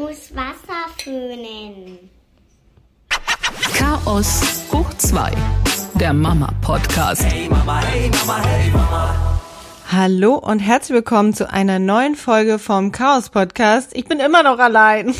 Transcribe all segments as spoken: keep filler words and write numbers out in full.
muss Wasser föhnen. Chaos hoch zwei, der Mama-Podcast. Hey Mama, hey Mama, hey Mama. Hallo und herzlich willkommen zu einer neuen Folge vom Chaos-Podcast. Ich bin immer noch allein.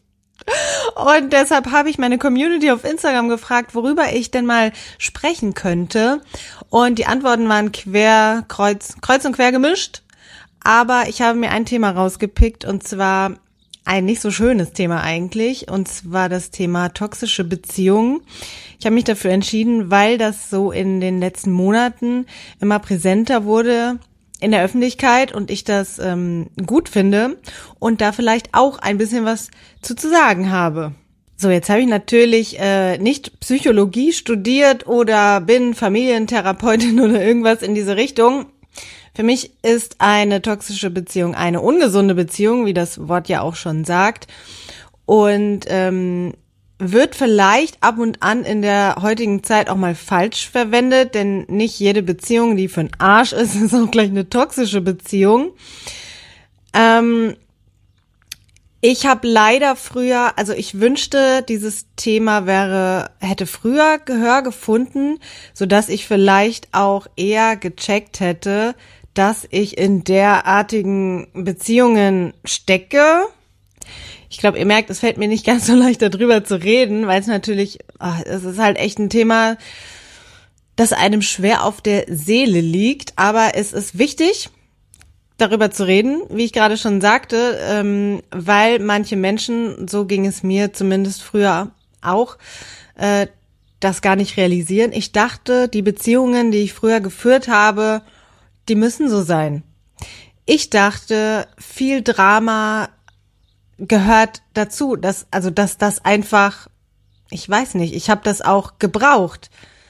Und deshalb habe ich meine Community auf Instagram gefragt, worüber ich denn mal sprechen könnte. Und die Antworten waren quer, kreuz, kreuz und quer gemischt. Aber ich habe mir ein Thema rausgepickt, und zwar ein nicht so schönes Thema eigentlich, und zwar das Thema toxische Beziehungen. Ich habe mich dafür entschieden, weil das so in den letzten Monaten immer präsenter wurde in der Öffentlichkeit und ich das ähm, gut finde und da vielleicht auch ein bisschen was zu, zu sagen habe. So, jetzt habe ich natürlich äh, nicht Psychologie studiert oder bin Familientherapeutin oder irgendwas in diese Richtung. Für mich ist eine toxische Beziehung eine ungesunde Beziehung, wie das Wort ja auch schon sagt, und ähm, wird vielleicht ab und an in der heutigen Zeit auch mal falsch verwendet, denn nicht jede Beziehung, die für den Arsch ist, ist auch gleich eine toxische Beziehung. Ähm, ich habe leider früher, also ich wünschte, dieses Thema wäre, hätte früher Gehör gefunden, sodass ich vielleicht auch eher gecheckt hätte, dass ich in derartigen Beziehungen stecke. Ich glaube, ihr merkt, es fällt mir nicht ganz so leicht, darüber zu reden, weil es natürlich, ach, es ist halt echt ein Thema, das einem schwer auf der Seele liegt. Aber es ist wichtig, darüber zu reden, wie ich gerade schon sagte, ähm, weil manche Menschen, so ging es mir zumindest früher auch, äh, das gar nicht realisieren. Ich dachte, die Beziehungen, die ich früher geführt habe, die müssen so sein. Ich dachte, viel Drama gehört dazu, dass also dass das einfach, ich weiß nicht, ich habe das auch gebraucht.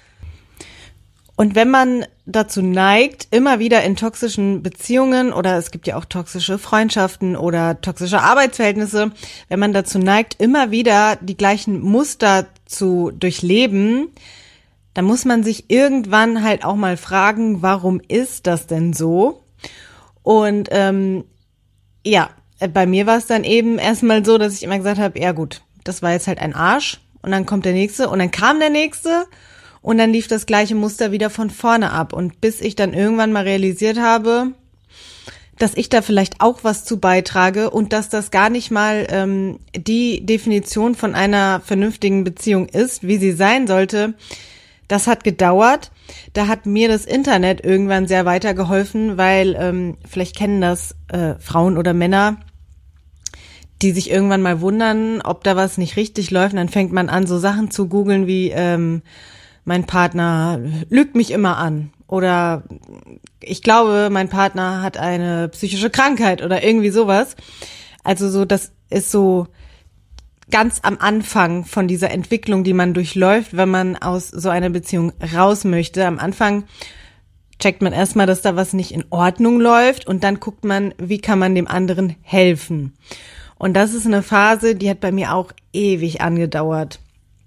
Und wenn man dazu neigt, immer wieder in toxischen Beziehungen, oder es gibt ja auch toxische Freundschaften oder toxische Arbeitsverhältnisse, wenn man dazu neigt, immer wieder die gleichen Muster zu durchleben, dann muss man sich irgendwann halt auch mal fragen, warum ist das denn so? Und ähm, ja, bei mir war es dann eben erstmal so, dass ich immer gesagt habe, ja gut, das war jetzt halt ein Arsch, und dann kommt der nächste und dann kam der nächste und dann lief das gleiche Muster wieder von vorne ab. Und bis ich dann irgendwann mal realisiert habe, dass ich da vielleicht auch was zu beitrage und dass das gar nicht mal ähm, die Definition von einer vernünftigen Beziehung ist, wie sie sein sollte. Das hat gedauert. Da hat mir das Internet irgendwann sehr weitergeholfen, weil ähm, vielleicht kennen das äh, Frauen oder Männer, die sich irgendwann mal wundern, ob da was nicht richtig läuft. Und dann fängt man an, so Sachen zu googeln wie ähm, mein Partner lügt mich immer an oder ich glaube, mein Partner hat eine psychische Krankheit oder irgendwie sowas. Also so, das ist so ganz am Anfang von dieser Entwicklung, die man durchläuft, wenn man aus so einer Beziehung raus möchte. Am Anfang checkt man erstmal, dass da was nicht in Ordnung läuft, und dann guckt man, wie kann man dem anderen helfen. Und das ist eine Phase, die hat bei mir auch ewig angedauert,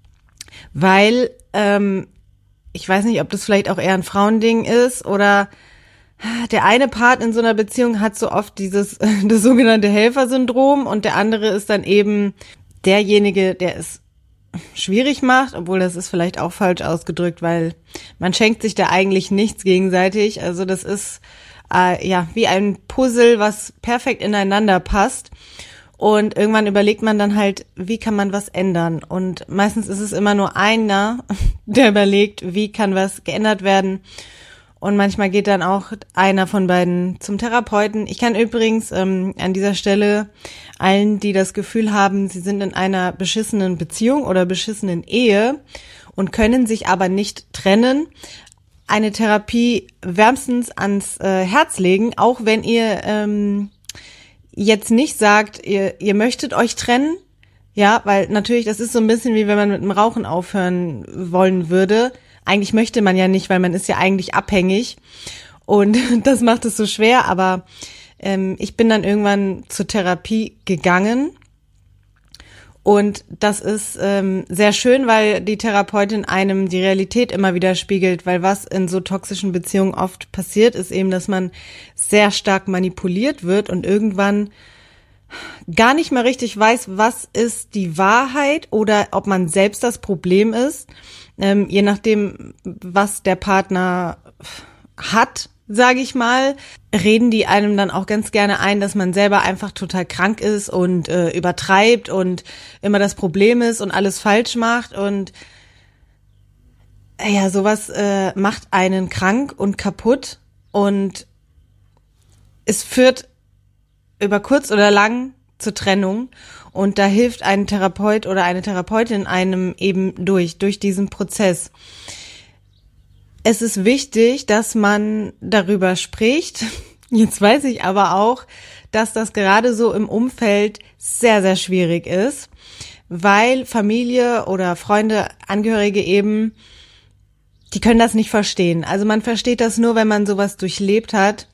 weil ähm, ich weiß nicht, ob das vielleicht auch eher ein Frauending ist oder der eine Part in so einer Beziehung hat so oft dieses das sogenannte Helfersyndrom und der andere ist dann eben derjenige, der es schwierig macht, obwohl das ist vielleicht auch falsch ausgedrückt, weil man schenkt sich da eigentlich nichts gegenseitig. Also das ist äh, ja wie ein Puzzle, was perfekt ineinander passt. Und irgendwann überlegt man dann halt, wie kann man was ändern? Und meistens ist es immer nur einer, der überlegt, wie kann was geändert werden. Und manchmal geht dann auch einer von beiden zum Therapeuten. Ich kann übrigens ähm, an dieser Stelle allen, die das Gefühl haben, sie sind in einer beschissenen Beziehung oder beschissenen Ehe und können sich aber nicht trennen, eine Therapie wärmstens ans äh, Herz legen, auch wenn ihr ähm, jetzt nicht sagt, ihr, ihr möchtet euch trennen. Ja, weil natürlich, das ist so ein bisschen wie wenn man mit dem Rauchen aufhören wollen würde. Eigentlich möchte man ja nicht, weil man ist ja eigentlich abhängig und das macht es so schwer, aber ähm, ich bin dann irgendwann zur Therapie gegangen und das ist ähm, sehr schön, weil die Therapeutin einem die Realität immer wieder spiegelt, weil was in so toxischen Beziehungen oft passiert, ist eben, dass man sehr stark manipuliert wird und irgendwann gar nicht mehr richtig weiß, was ist die Wahrheit oder ob man selbst das Problem ist, ähm, je nachdem, was der Partner hat, sage ich mal, reden die einem dann auch ganz gerne ein, dass man selber einfach total krank ist und äh, übertreibt und immer das Problem ist und alles falsch macht und ja, sowas äh, macht einen krank und kaputt und es führt über kurz oder lang zur Trennung und da hilft ein Therapeut oder eine Therapeutin einem eben durch, durch diesen Prozess. Es ist wichtig, dass man darüber spricht. Jetzt weiß ich aber auch, dass das gerade so im Umfeld sehr, sehr schwierig ist, weil Familie oder Freunde, Angehörige eben, die können das nicht verstehen. Also man versteht das nur, wenn man sowas durchlebt hat.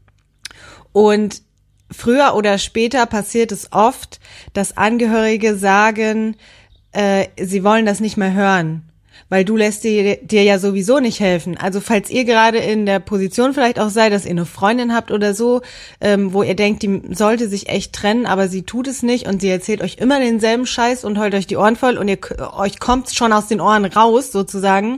Und früher oder später passiert es oft, dass Angehörige sagen, äh, sie wollen das nicht mehr hören, weil du lässt dir, dir ja sowieso nicht helfen. Also falls ihr gerade in der Position vielleicht auch seid, dass ihr eine Freundin habt oder so, ähm, wo ihr denkt, die sollte sich echt trennen, aber sie tut es nicht und sie erzählt euch immer denselben Scheiß und heult euch die Ohren voll und ihr euch kommt's schon aus den Ohren raus sozusagen,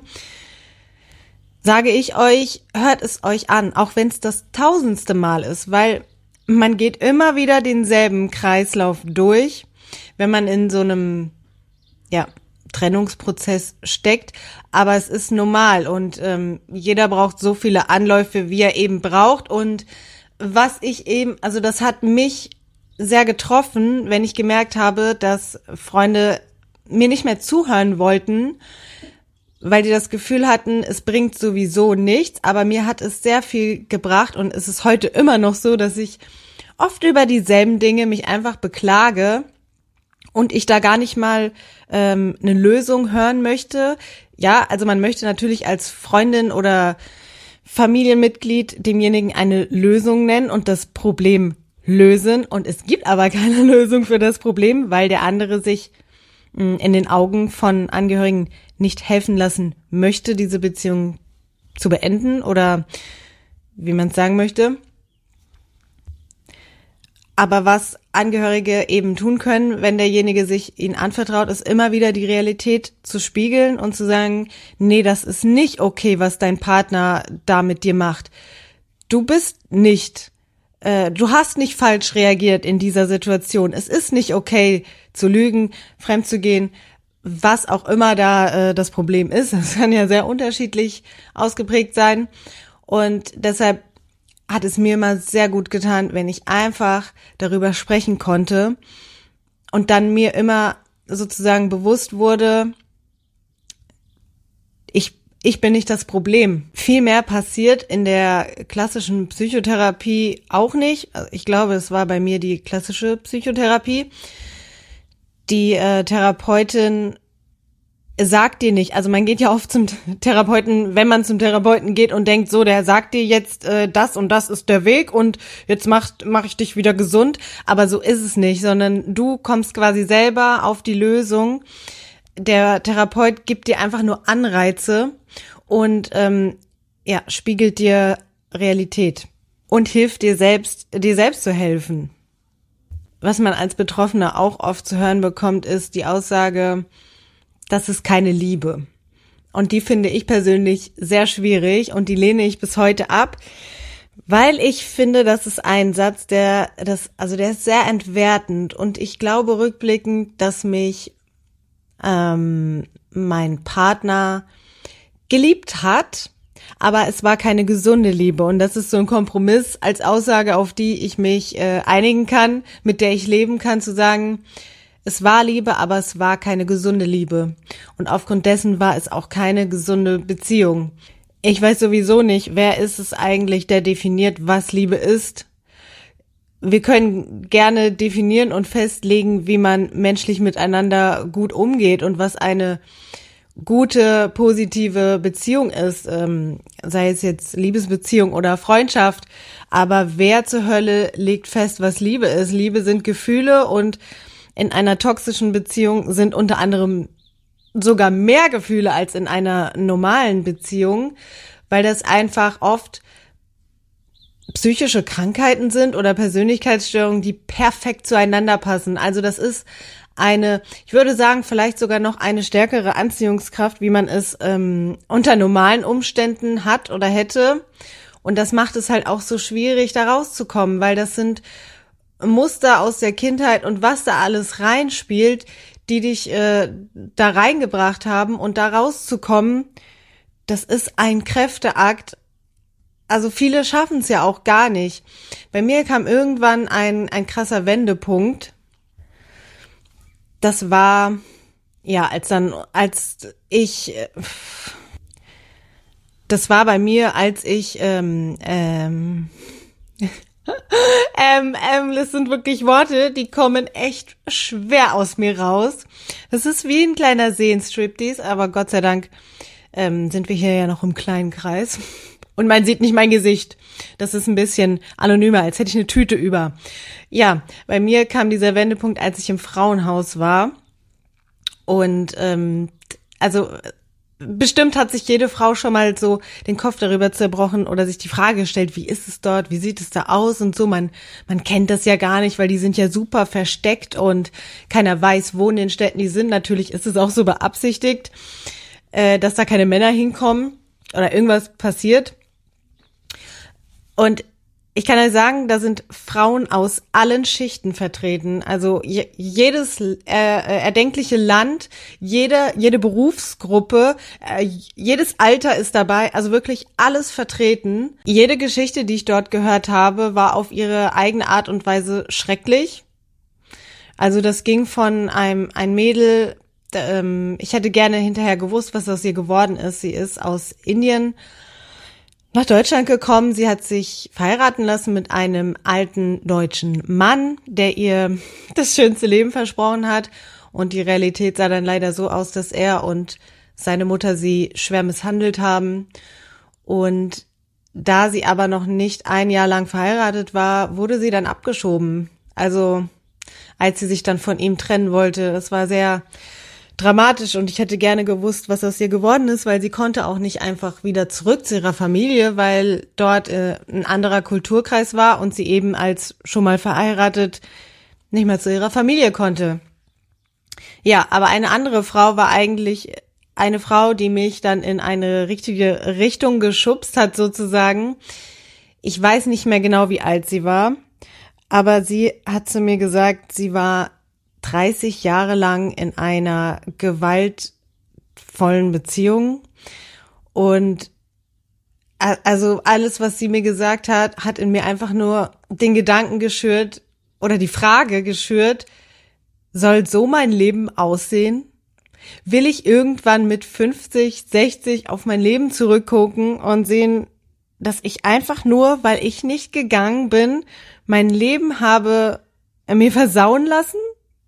sage ich euch, hört es euch an, auch wenn es das tausendste Mal ist, weil man geht immer wieder denselben Kreislauf durch, wenn man in so einem, ja, Trennungsprozess steckt, aber es ist normal und ähm, jeder braucht so viele Anläufe, wie er eben braucht und was ich eben, also das hat mich sehr getroffen, wenn ich gemerkt habe, dass Freunde mir nicht mehr zuhören wollten, weil die das Gefühl hatten, es bringt sowieso nichts, aber mir hat es sehr viel gebracht und es ist heute immer noch so, dass ich oft über dieselben Dinge mich einfach beklage und ich da gar nicht mal ähm, eine Lösung hören möchte. Ja, also man möchte natürlich als Freundin oder Familienmitglied demjenigen eine Lösung nennen und das Problem lösen und es gibt aber keine Lösung für das Problem, weil der andere sich mh, in den Augen von Angehörigen nicht helfen lassen möchte, diese Beziehung zu beenden oder wie man es sagen möchte. Aber was Angehörige eben tun können, wenn derjenige sich ihnen anvertraut, ist immer wieder die Realität zu spiegeln und zu sagen, nee, das ist nicht okay, was dein Partner da mit dir macht. Du bist nicht, äh, du hast nicht falsch reagiert in dieser Situation. Es ist nicht okay zu lügen, fremd zu gehen, was auch immer da äh, das Problem ist. Das kann ja sehr unterschiedlich ausgeprägt sein. Und deshalb hat es mir immer sehr gut getan, wenn ich einfach darüber sprechen konnte und dann mir immer sozusagen bewusst wurde, ich ich bin nicht das Problem. Viel mehr passiert in der klassischen Psychotherapie auch nicht. Ich glaube, es war bei mir die klassische Psychotherapie. Die äh, Therapeutin sagt dir nicht, also man geht ja oft zum Therapeuten, wenn man zum Therapeuten geht und denkt, so, der sagt dir jetzt, äh, das und das ist der Weg und jetzt mach, mach ich dich wieder gesund, aber so ist es nicht, sondern du kommst quasi selber auf die Lösung. Der Therapeut gibt dir einfach nur Anreize und ähm, ja, spiegelt dir Realität und hilft dir selbst, dir selbst zu helfen. Was man als Betroffener auch oft zu hören bekommt, ist die Aussage, das ist keine Liebe. Und die finde ich persönlich sehr schwierig und die lehne ich bis heute ab, weil ich finde, das ist ein Satz, der das, also der ist sehr entwertend und ich glaube rückblickend, dass mich ähm, mein Partner geliebt hat, aber es war keine gesunde Liebe und das ist so ein Kompromiss als Aussage, auf die ich mich äh, einigen kann, mit der ich leben kann, zu sagen, es war Liebe, aber es war keine gesunde Liebe. Und aufgrund dessen war es auch keine gesunde Beziehung. Ich weiß sowieso nicht, wer ist es eigentlich, der definiert, was Liebe ist. Wir können gerne definieren und festlegen, wie man menschlich miteinander gut umgeht und was eine gute, positive Beziehung ist, ähm, sei es jetzt Liebesbeziehung oder Freundschaft. Aber wer zur Hölle legt fest, was Liebe ist? Liebe sind Gefühle und in einer toxischen Beziehung sind unter anderem sogar mehr Gefühle als in einer normalen Beziehung, weil das einfach oft psychische Krankheiten sind oder Persönlichkeitsstörungen, die perfekt zueinander passen. Also das ist eine, ich würde sagen, vielleicht sogar noch eine stärkere Anziehungskraft, wie man es ähm, unter normalen Umständen hat oder hätte. Und das macht es halt auch so schwierig, da rauszukommen, weil das sind Muster aus der Kindheit und was da alles reinspielt, die dich äh, da reingebracht haben. Und da rauszukommen, das ist ein Kräfteakt. Also viele schaffen es ja auch gar nicht. Bei mir kam irgendwann ein ein krasser Wendepunkt. Das war, ja, als dann, als ich, das war bei mir, als ich, ähm, ähm, ähm, ähm, das sind wirklich Worte, die kommen echt schwer aus mir raus. Das ist wie ein kleiner See-Striptease, aber Gott sei Dank ähm, sind wir hier ja noch im kleinen Kreis. Und man sieht nicht mein Gesicht. Das ist ein bisschen anonymer, als hätte ich eine Tüte über. Ja, bei mir kam dieser Wendepunkt, als ich im Frauenhaus war. Und ähm, also bestimmt hat sich jede Frau schon mal so den Kopf darüber zerbrochen oder sich die Frage gestellt, wie ist es dort, wie sieht es da aus und so. Man man kennt das ja gar nicht, weil die sind ja super versteckt und keiner weiß, wo in den Städten die sind. Natürlich ist es auch so beabsichtigt, äh, dass da keine Männer hinkommen oder irgendwas passiert. Und ich kann euch sagen, da sind Frauen aus allen Schichten vertreten. Also je, jedes äh, erdenkliche Land, jede jede Berufsgruppe, äh, jedes Alter ist dabei. Also wirklich alles vertreten. Jede Geschichte, die ich dort gehört habe, war auf ihre eigene Art und Weise schrecklich. Also das ging von einem ein Mädel. Ähm, ich hätte gerne hinterher gewusst, was aus ihr geworden ist. Sie ist aus Indien nach Deutschland gekommen. Sie hat sich verheiraten lassen mit einem alten deutschen Mann, der ihr das schönste Leben versprochen hat. Und die Realität sah dann leider so aus, dass er und seine Mutter sie schwer misshandelt haben. Und da sie aber noch nicht ein Jahr lang verheiratet war, wurde sie dann abgeschoben. Also als sie sich dann von ihm trennen wollte, das war sehr dramatisch und ich hätte gerne gewusst, was aus ihr geworden ist, weil sie konnte auch nicht einfach wieder zurück zu ihrer Familie, weil dort äh, ein anderer Kulturkreis war und sie eben als schon mal verheiratet nicht mehr zu ihrer Familie konnte. Ja, aber eine andere Frau war eigentlich eine Frau, die mich dann in eine richtige Richtung geschubst hat sozusagen. Ich weiß nicht mehr genau, wie alt sie war, aber sie hat zu mir gesagt, sie war dreißig Jahre lang in einer gewaltvollen Beziehung und also alles, was sie mir gesagt hat, hat in mir einfach nur den Gedanken geschürt oder die Frage geschürt, soll so mein Leben aussehen? Will ich irgendwann mit fünfzig, sechzig auf mein Leben zurückgucken und sehen, dass ich einfach nur, weil ich nicht gegangen bin, mein Leben habe mir versauen lassen?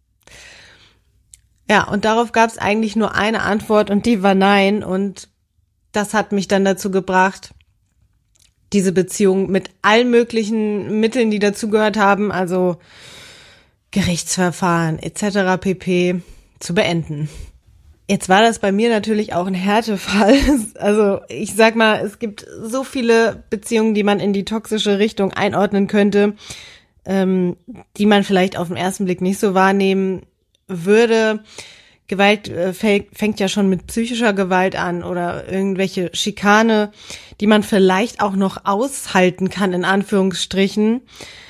Ja, und darauf gab es eigentlich nur eine Antwort und die war nein. Und das hat mich dann dazu gebracht, diese Beziehung mit allen möglichen Mitteln, die dazugehört haben, also Gerichtsverfahren et cetera pp. Zu beenden. Jetzt war das bei mir natürlich auch ein Härtefall. Also ich sag mal, es gibt so viele Beziehungen, die man in die toxische Richtung einordnen könnte, ähm, die man vielleicht auf den ersten Blick nicht so wahrnehmen würde. Gewalt äh, fängt ja schon mit psychischer Gewalt an oder irgendwelche Schikane, die man vielleicht auch noch aushalten kann, in Anführungsstrichen.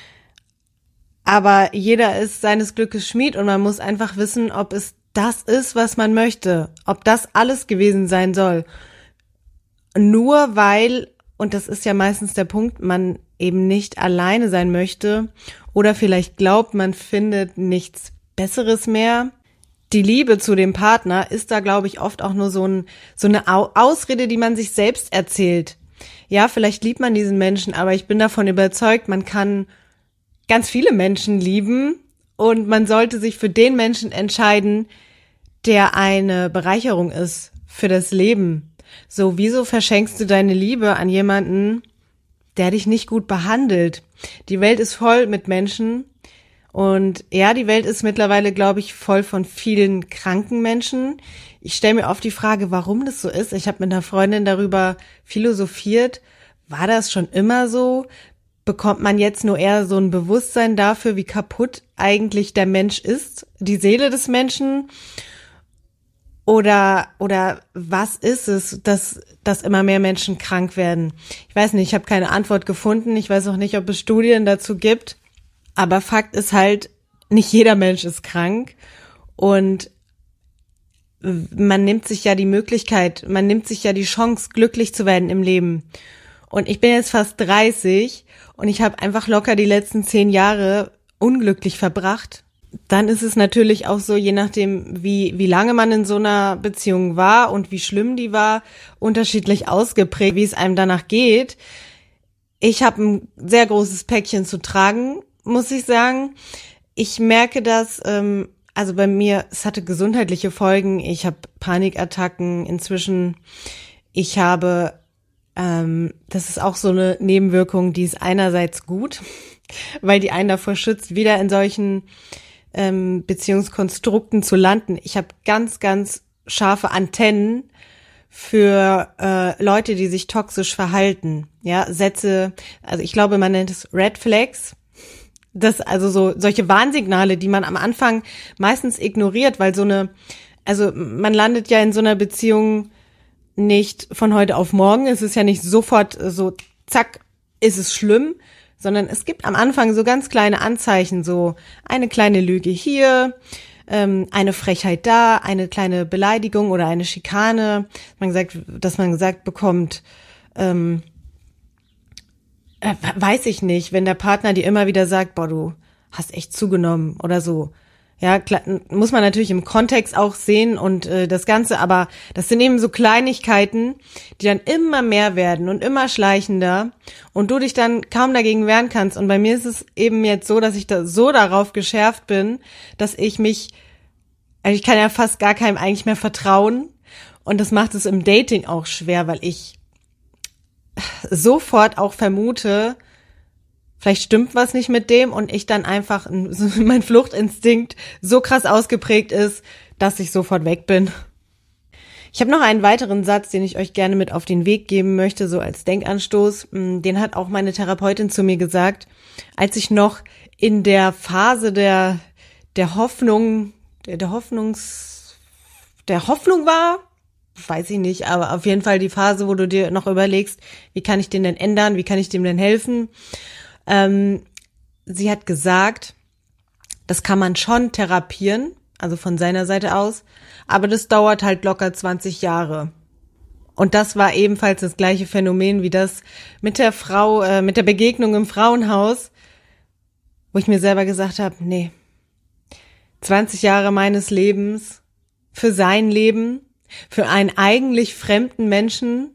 Aber jeder ist seines Glückes Schmied und man muss einfach wissen, ob es das ist, was man möchte, ob das alles gewesen sein soll. Nur weil, und das ist ja meistens der Punkt, man eben nicht alleine sein möchte oder vielleicht glaubt, man findet nichts Besseres mehr. Die Liebe zu dem Partner ist da, glaube ich, oft auch nur so ein, so eine Ausrede, die man sich selbst erzählt. Ja, vielleicht liebt man diesen Menschen, aber ich bin davon überzeugt, man kann ganz viele Menschen lieben und man sollte sich für den Menschen entscheiden, der eine Bereicherung ist für das Leben. So, wieso verschenkst du deine Liebe an jemanden, der dich nicht gut behandelt? Die Welt ist voll mit Menschen. Und ja, die Welt ist mittlerweile, glaube ich, voll von vielen kranken Menschen. Ich stelle mir oft die Frage, warum das so ist. Ich habe mit einer Freundin darüber philosophiert. War das schon immer so? bekommt man jetzt nur eher so ein Bewusstsein dafür, wie kaputt eigentlich der Mensch ist, die Seele des Menschen? Oder oder was ist es, dass dass immer mehr Menschen krank werden? Ich weiß nicht, ich habe keine Antwort gefunden. Ich weiß auch nicht, ob es Studien dazu gibt. Aber Fakt ist halt, nicht jeder Mensch ist krank. Und man nimmt sich ja die Möglichkeit, man nimmt sich ja die Chance, glücklich zu werden im Leben. Und ich bin jetzt fast dreißig und ich habe einfach locker die letzten zehn Jahre unglücklich verbracht. Dann ist es natürlich auch so, je nachdem, wie wie lange man in so einer Beziehung war und wie schlimm die war, unterschiedlich ausgeprägt, wie es einem danach geht. Ich habe ein sehr großes Päckchen zu tragen, muss ich sagen. Ich merke das, ähm, also bei mir, es hatte gesundheitliche Folgen. Ich habe Panikattacken inzwischen. Ich habe, ähm, das ist auch so eine Nebenwirkung, die ist einerseits gut, weil die einen davor schützt, wieder in solchen ähm, Beziehungskonstrukten zu landen. Ich habe ganz, ganz scharfe Antennen für äh, Leute, die sich toxisch verhalten. Ja, Sätze, also ich glaube, man nennt es Red Flags. Das, also so, solche Warnsignale, die man am Anfang meistens ignoriert, weil so eine, also man landet ja in so einer Beziehung nicht von heute auf morgen. Es ist ja nicht sofort so, zack, ist es schlimm, sondern es gibt am Anfang so ganz kleine Anzeichen, so eine kleine Lüge hier, ähm, eine Frechheit da, eine kleine Beleidigung oder eine Schikane, man gesagt, dass man gesagt bekommt, ähm, äh, weiß ich nicht, wenn der Partner dir immer wieder sagt, boah, du hast echt zugenommen oder so. Ja, klar, muss man natürlich im Kontext auch sehen und äh, das Ganze, aber das sind eben so Kleinigkeiten, die dann immer mehr werden und immer schleichender und du dich dann kaum dagegen wehren kannst. Und bei mir ist es eben jetzt so, dass ich da so darauf geschärft bin, dass ich mich, also ich kann ja fast gar keinem eigentlich mehr vertrauen und das macht es im Dating auch schwer, weil ich sofort auch vermute, vielleicht stimmt was nicht mit dem und ich dann einfach, mein Fluchtinstinkt so krass ausgeprägt ist, dass ich sofort weg bin. Ich habe noch einen weiteren Satz, den ich euch gerne mit auf den Weg geben möchte, so als Denkanstoß. Den hat auch meine Therapeutin zu mir gesagt, als ich noch in der Phase der, der Hoffnung, der, der Hoffnungs, der Hoffnung war, weiß ich nicht, aber auf jeden Fall die Phase, wo du dir noch überlegst, wie kann ich den denn ändern, wie kann ich dem denn helfen? Ähm, sie hat gesagt, das kann man schon therapieren, also von seiner Seite aus, aber das dauert halt locker zwanzig Jahre. Und das war ebenfalls das gleiche Phänomen wie das mit der Frau, äh, mit der Begegnung im Frauenhaus, wo ich mir selber gesagt habe, nee, zwanzig Jahre meines Lebens für sein Leben, für einen eigentlich fremden Menschen,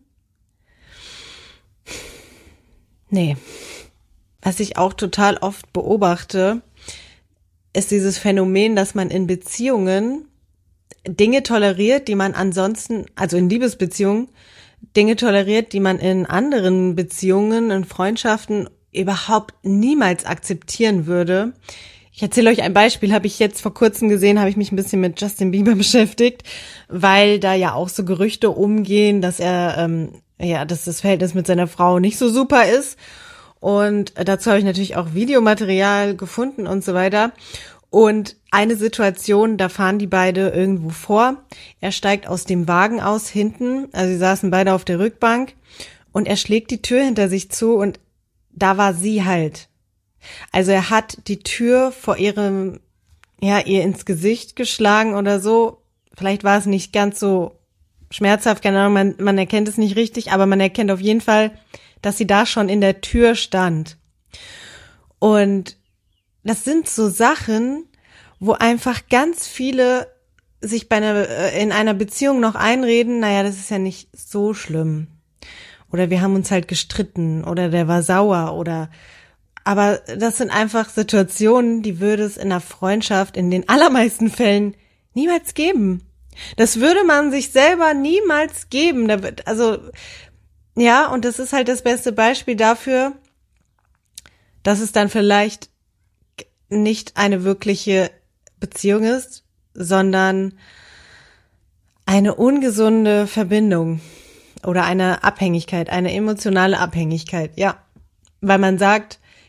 nee. Was ich auch total oft beobachte, ist dieses Phänomen, dass man in Beziehungen Dinge toleriert, die man ansonsten, also in Liebesbeziehungen, Dinge toleriert, die man in anderen Beziehungen, in Freundschaften überhaupt niemals akzeptieren würde. Ich erzähle euch ein Beispiel, habe ich jetzt vor kurzem gesehen, habe ich mich ein bisschen mit Justin Bieber beschäftigt, weil da ja auch so Gerüchte umgehen, dass er, ähm, ja, dass das Verhältnis mit seiner Frau nicht so super ist. Und dazu habe ich natürlich auch Videomaterial gefunden und so weiter. Und eine Situation, da fahren die beide irgendwo vor. Er steigt aus dem Wagen aus hinten, also sie saßen beide auf der Rückbank und er schlägt die Tür hinter sich zu und da war sie halt. Also er hat die Tür vor ihrem, ja, ihr ins Gesicht geschlagen oder so. Vielleicht war es nicht ganz so schmerzhaft, keine Ahnung, man, man erkennt es nicht richtig, aber man erkennt auf jeden Fall, dass sie da schon in der Tür stand. Und das sind so Sachen, wo einfach ganz viele sich bei einer, in einer Beziehung noch einreden, naja, das ist ja nicht so schlimm. Oder wir haben uns halt gestritten oder der war sauer oder, aber das sind einfach Situationen, die würde es in einer Freundschaft in den allermeisten Fällen niemals geben. Das würde man sich selber niemals geben. Also, ja, und das ist halt das beste Beispiel dafür, dass es dann vielleicht nicht eine wirkliche Beziehung ist, sondern eine ungesunde Verbindung oder eine Abhängigkeit, eine emotionale Abhängigkeit, ja. Weil man sagt,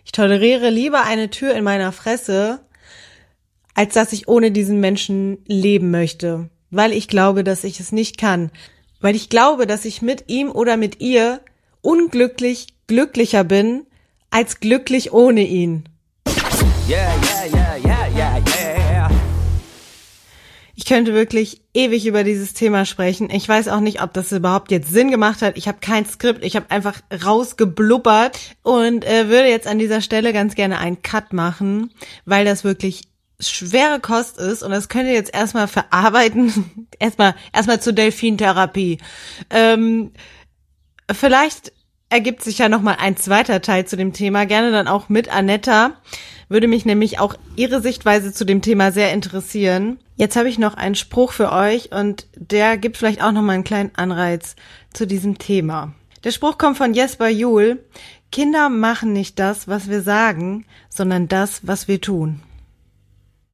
Ich toleriere lieber eine Tür in meiner Fresse, als dass ich ohne diesen Menschen leben möchte, weil ich glaube, dass ich es nicht kann. Weil ich glaube, dass ich mit ihm oder mit ihr unglücklich glücklicher bin, als glücklich ohne ihn. Yeah, yeah, yeah, yeah, yeah, yeah. Ich könnte wirklich ewig über dieses Thema sprechen. Ich weiß auch nicht, ob das überhaupt jetzt Sinn gemacht hat. Ich habe kein Skript, ich habe einfach rausgeblubbert und äh, würde jetzt an dieser Stelle ganz gerne einen Cut machen, weil das wirklich schwere Kost ist und das könnt ihr jetzt erstmal verarbeiten. erstmal erstmal zur Delfintherapie. Ähm, vielleicht ergibt sich ja nochmal ein zweiter Teil zu dem Thema, gerne dann auch mit Anetta. Würde mich nämlich auch ihre Sichtweise zu dem Thema sehr interessieren. Jetzt habe ich noch einen Spruch für euch und der gibt vielleicht auch nochmal einen kleinen Anreiz zu diesem Thema. Der Spruch kommt von Jesper Juhl. Kinder machen nicht das, was wir sagen, sondern das, was wir tun.